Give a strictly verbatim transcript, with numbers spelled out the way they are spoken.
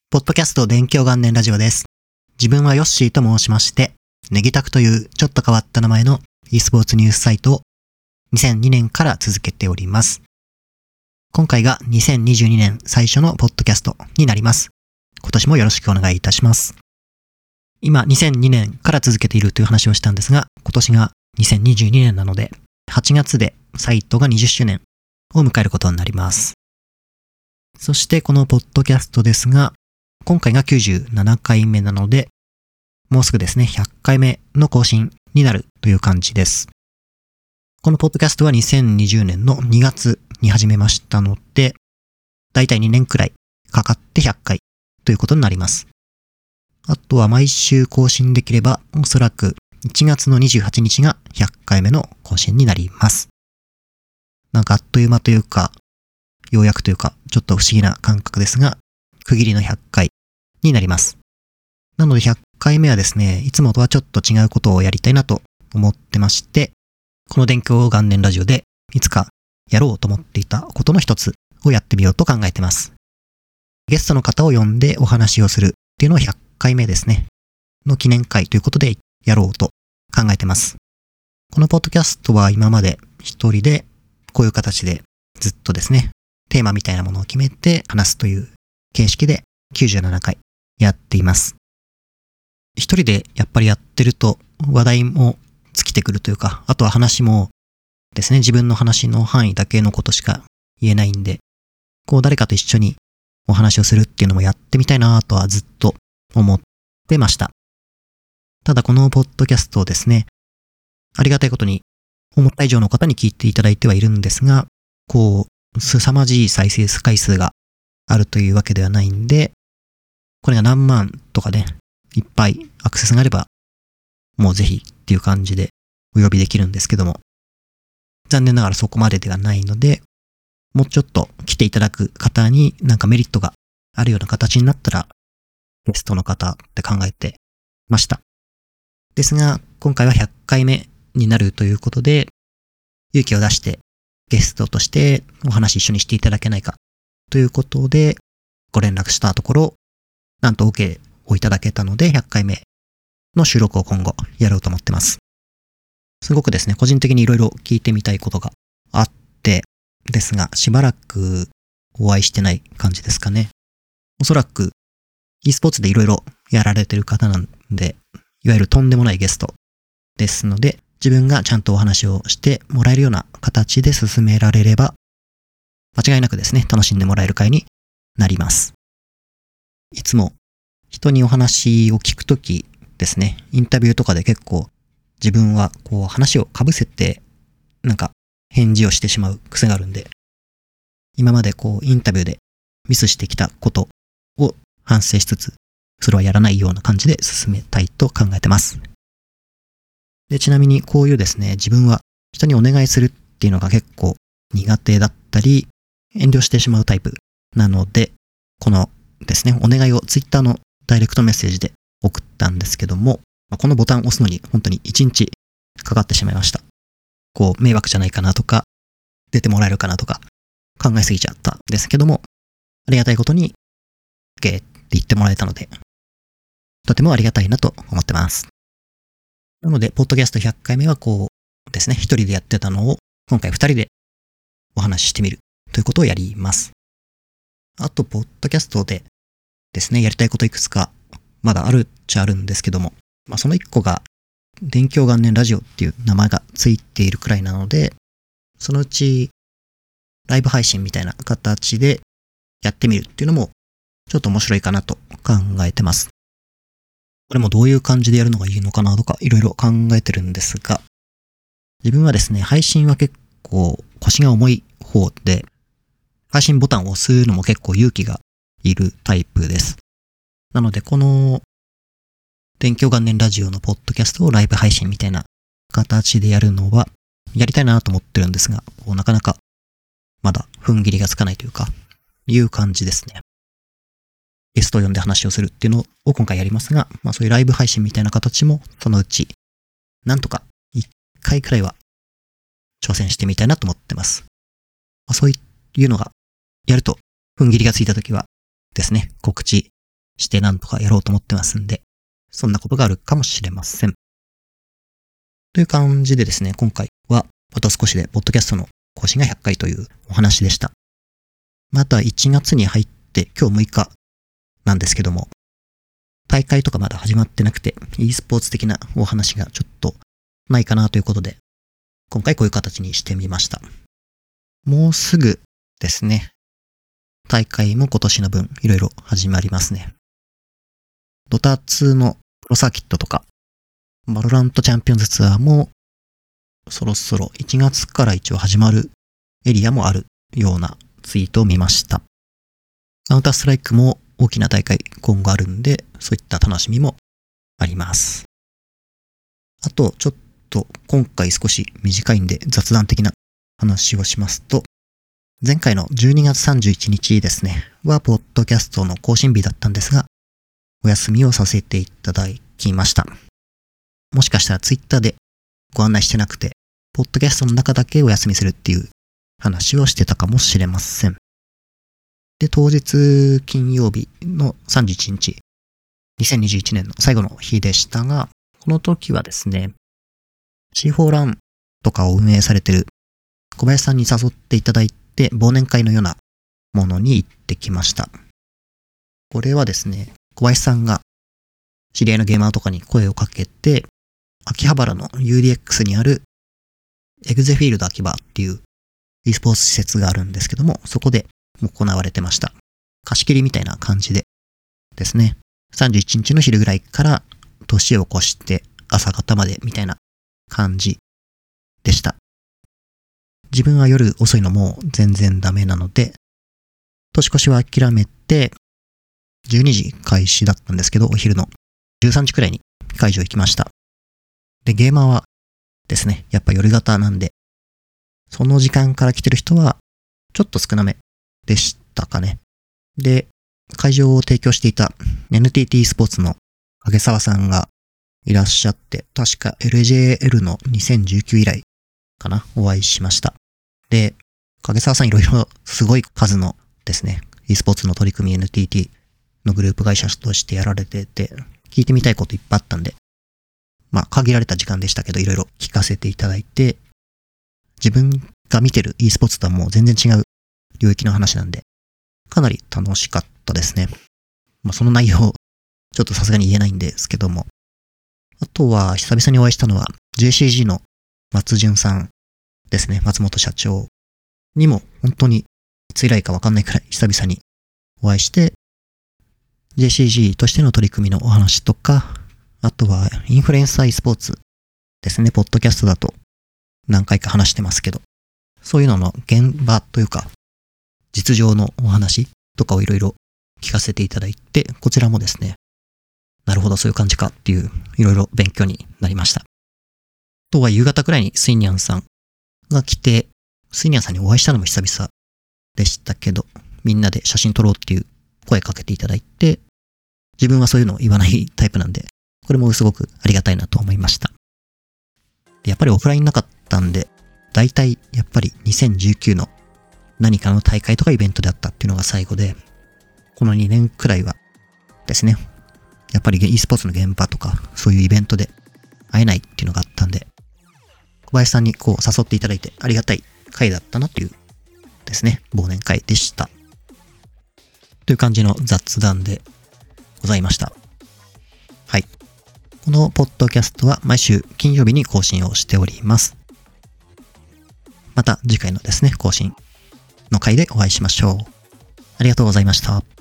ポッドキャスト勉強元年ラジオです。自分はヨッシーと申しまして、ネギタクというちょっと変わった名前の e スポーツニュースサイトをにせんにねんから続けております。今回がにせんにじゅうにねん最初のポッドキャストになります。今年もよろしくお願いいたします。今にせんにねんから続けているという話をしたんですが、今年がにせんにじゅうにねんなので、はちがつでサイトがにじゅっしゅうねんを迎えることになります。そしてこのポッドキャストですが、今回がきゅうじゅうななかいめなので、もうすぐですね、ひゃっかいめの更新になるという感じです。このポッドキャストはにせんにじゅうねんのにがつに始めましたので、だいたいにねんくらいかかってひゃっかいということになります。あとは毎週更新できれば、おそらくいちがつのにじゅうはちにちがひゃっかいめの更新になります。なんかあっという間というか、ようやくというか、ちょっと不思議な感覚ですが、区切りのひゃっかいになります。なのでひゃっかいめはですね、いつもとはちょっと違うことをやりたいなと思ってまして、この勉強元年ラジオでいつかやろうと思っていたことの一つをやってみようと考えてます。ゲストの方を呼んでお話をするっていうのをひゃっかいめですね、の記念会ということでやろうと考えてます。このポッドキャストは今まで一人でこういう形でずっとですね、テーマみたいなものを決めて話すという形式できゅうじゅうななかいやっています。一人でやっぱりやってると話題も尽きてくるというか、あとは話もですね、自分の話の範囲だけのことしか言えないんで、こう誰かと一緒にお話をするっていうのもやってみたいなとはずっと思ってました。ただこのポッドキャストをですね、ありがたいことに思った以上の方に聞いていただいてはいるんですが、こう凄まじい再生回数があるというわけではないんで、これが何万とかね、いっぱいアクセスがあれば、もうぜひっていう感じでお呼びできるんですけども、残念ながらそこまでではないので、もうちょっと来ていただく方になんかメリットがあるような形になったら、ゲストの方って考えてました。ですが、今回はひゃっかいめになるということで、勇気を出してゲストとしてお話一緒にしていただけないかということでご連絡したところ、なんと OK をいただけたのでひゃっかいめの収録を今後やろうと思ってます。すごくですね、個人的にいろいろ聞いてみたいことがあってですが、しばらくお会いしてない感じですかね。おそらく e スポーツでいろいろやられてる方なんで、いわゆるとんでもないゲストですので、自分がちゃんとお話をしてもらえるような形で進められれば、間違いなくですね、楽しんでもらえる回になります。いつも人にお話を聞くときですね、インタビューとかで結構自分はこう話をかぶせてなんか返事をしてしまう癖があるんで、今までこうインタビューでミスしてきたことを反省しつつ、それはやらないような感じで進めたいと考えてます。で、ちなみにこういうですね、自分は人にお願いするっていうのが結構苦手だったり、遠慮してしまうタイプなので、このですね、お願いをツイッターのダイレクトメッセージで送ったんですけども、このボタンを押すのに本当にいちにちかかってしまいました。こう、迷惑じゃないかなとか、出てもらえるかなとか、考えすぎちゃったんですけども、ありがたいことに、OK って言ってもらえたので、とてもありがたいなと思ってます。なので、ポッドキャストひゃっかいめはこうですね、一人でやってたのを、今回二人でお話ししてみるということをやります。あと、ポッドキャストでですね、やりたいこといくつか、まだあるっちゃあるんですけども、まあ、その一個が、勉強元年ラジオっていう名前がついているくらいなので、そのうち、ライブ配信みたいな形でやってみるっていうのも、ちょっと面白いかなと考えてます。これもどういう感じでやるのがいいのかなとか、いろいろ考えてるんですが、自分はですね、配信は結構腰が重い方で、配信ボタンを押すのも結構勇気がいるタイプです。なので、この勉強元年ラジオのポッドキャストをライブ配信みたいな形でやるのはやりたいなと思ってるんですが、こうなかなかまだ踏ん切りがつかないというか、いう感じですね。ゲストを呼んで話をするっていうのを今回やりますが、まあそういうライブ配信みたいな形もそのうちなんとかいっかいくらいは挑戦してみたいなと思ってます。まあ、そういうのがやると踏ん切りがついたときはですね、告知してなんとかやろうと思ってますんで、そんなことがあるかもしれません。という感じでですね、今回はあと少しでポッドキャストの更新がひゃっかいというお話でした。またいちがつに入って今日むいかなんですけども、大会とかまだ始まってなくて e スポーツ的なお話がちょっとないかなということで、今回こういう形にしてみました。もうすぐですね、大会も今年の分いろいろ始まりますね。ドタツーのプロサーキットとか、バロラントチャンピオンズツアーもそろそろいちがつから一応始まるエリアもあるようなツイートを見ました。カウンターストライクも大きな大会今後あるんで、そういった楽しみもあります。あとちょっと今回少し短いんで雑談的な話をしますと、前回のじゅうにがつさんじゅういちにちですね、はポッドキャストの更新日だったんですが、お休みをさせていただきました。もしかしたらツイッターでご案内してなくて、ポッドキャストの中だけお休みするっていう話をしてたかもしれません。で、当日金曜日のさんじゅういちにち、にせんにじゅういちねんの最後の日でしたが、この時はですね、シーフォー ランとかを運営されている小林さんに誘っていただいて、忘年会のようなものに行ってきました。これはですね、小林さんが知り合いのゲーマーとかに声をかけて、秋葉原の ユーディーエックス にあるエグゼフィールド秋葉っていう e スポーツ施設があるんですけども、そこで行われてました。貸し切りみたいな感じでですね、さんじゅういちにちの昼ぐらいから年を越して朝方までみたいな感じでした。自分は夜遅いのも全然ダメなので、年越しは諦めて、じゅうにじ開始だったんですけど、お昼のじゅうさんじくらいに会場行きました。で、ゲーマーはですね、やっぱ夜型なんで、その時間から来てる人はちょっと少なめでしたかね。で、会場を提供していた エヌティーティー スポーツの影沢さんがいらっしゃって、確か エルジェーエル のにせんじゅうきゅう以来かな、お会いしました。で、影沢さんいろいろすごい数のですね、e スポーツの取り組み エヌティーティー のグループ会社としてやられてて、聞いてみたいこといっぱいあったんで、まあ限られた時間でしたけど、いろいろ聞かせていただいて、自分が見てる e スポーツとはもう全然違う領域の話なんで、かなり楽しかったですね。まあその内容、ちょっとさすがに言えないんですけども。あとは久々にお会いしたのは ジェーシージー の松潤さんですね。松本社長にも本当にいつ以来かわかんないくらい久々にお会いして、ジェーシージー としての取り組みのお話とか、あとはインフルエンサー e スポーツですね。ポッドキャストだと何回か話してますけど、そういうのの現場というか、実情のお話とかをいろいろ聞かせていただいて、こちらもですね、なるほどそういう感じかっていういろいろ勉強になりました。あとは夕方くらいにスイニャンさんが来て、スイニャンさんにお会いしたのも久々でしたけど、みんなで写真撮ろうっていう声かけていただいて、自分はそういうのを言わないタイプなんで、これもすごくありがたいなと思いました。でやっぱりオフラインなかったんで、だいたいやっぱりにせんじゅうきゅうの何かの大会とかイベントであったっていうのが最後で、このにねんくらいはですね、やっぱり e スポーツの現場とかそういうイベントで会えないっていうのがあったんで、小林さんにこう誘っていただいてありがたい会だったなというですね、忘年会でした。という感じの雑談でございました。はい。このポッドキャストは毎週金曜日に更新をしております。また次回のですね、更新の回でお会いしましょう。ありがとうございました。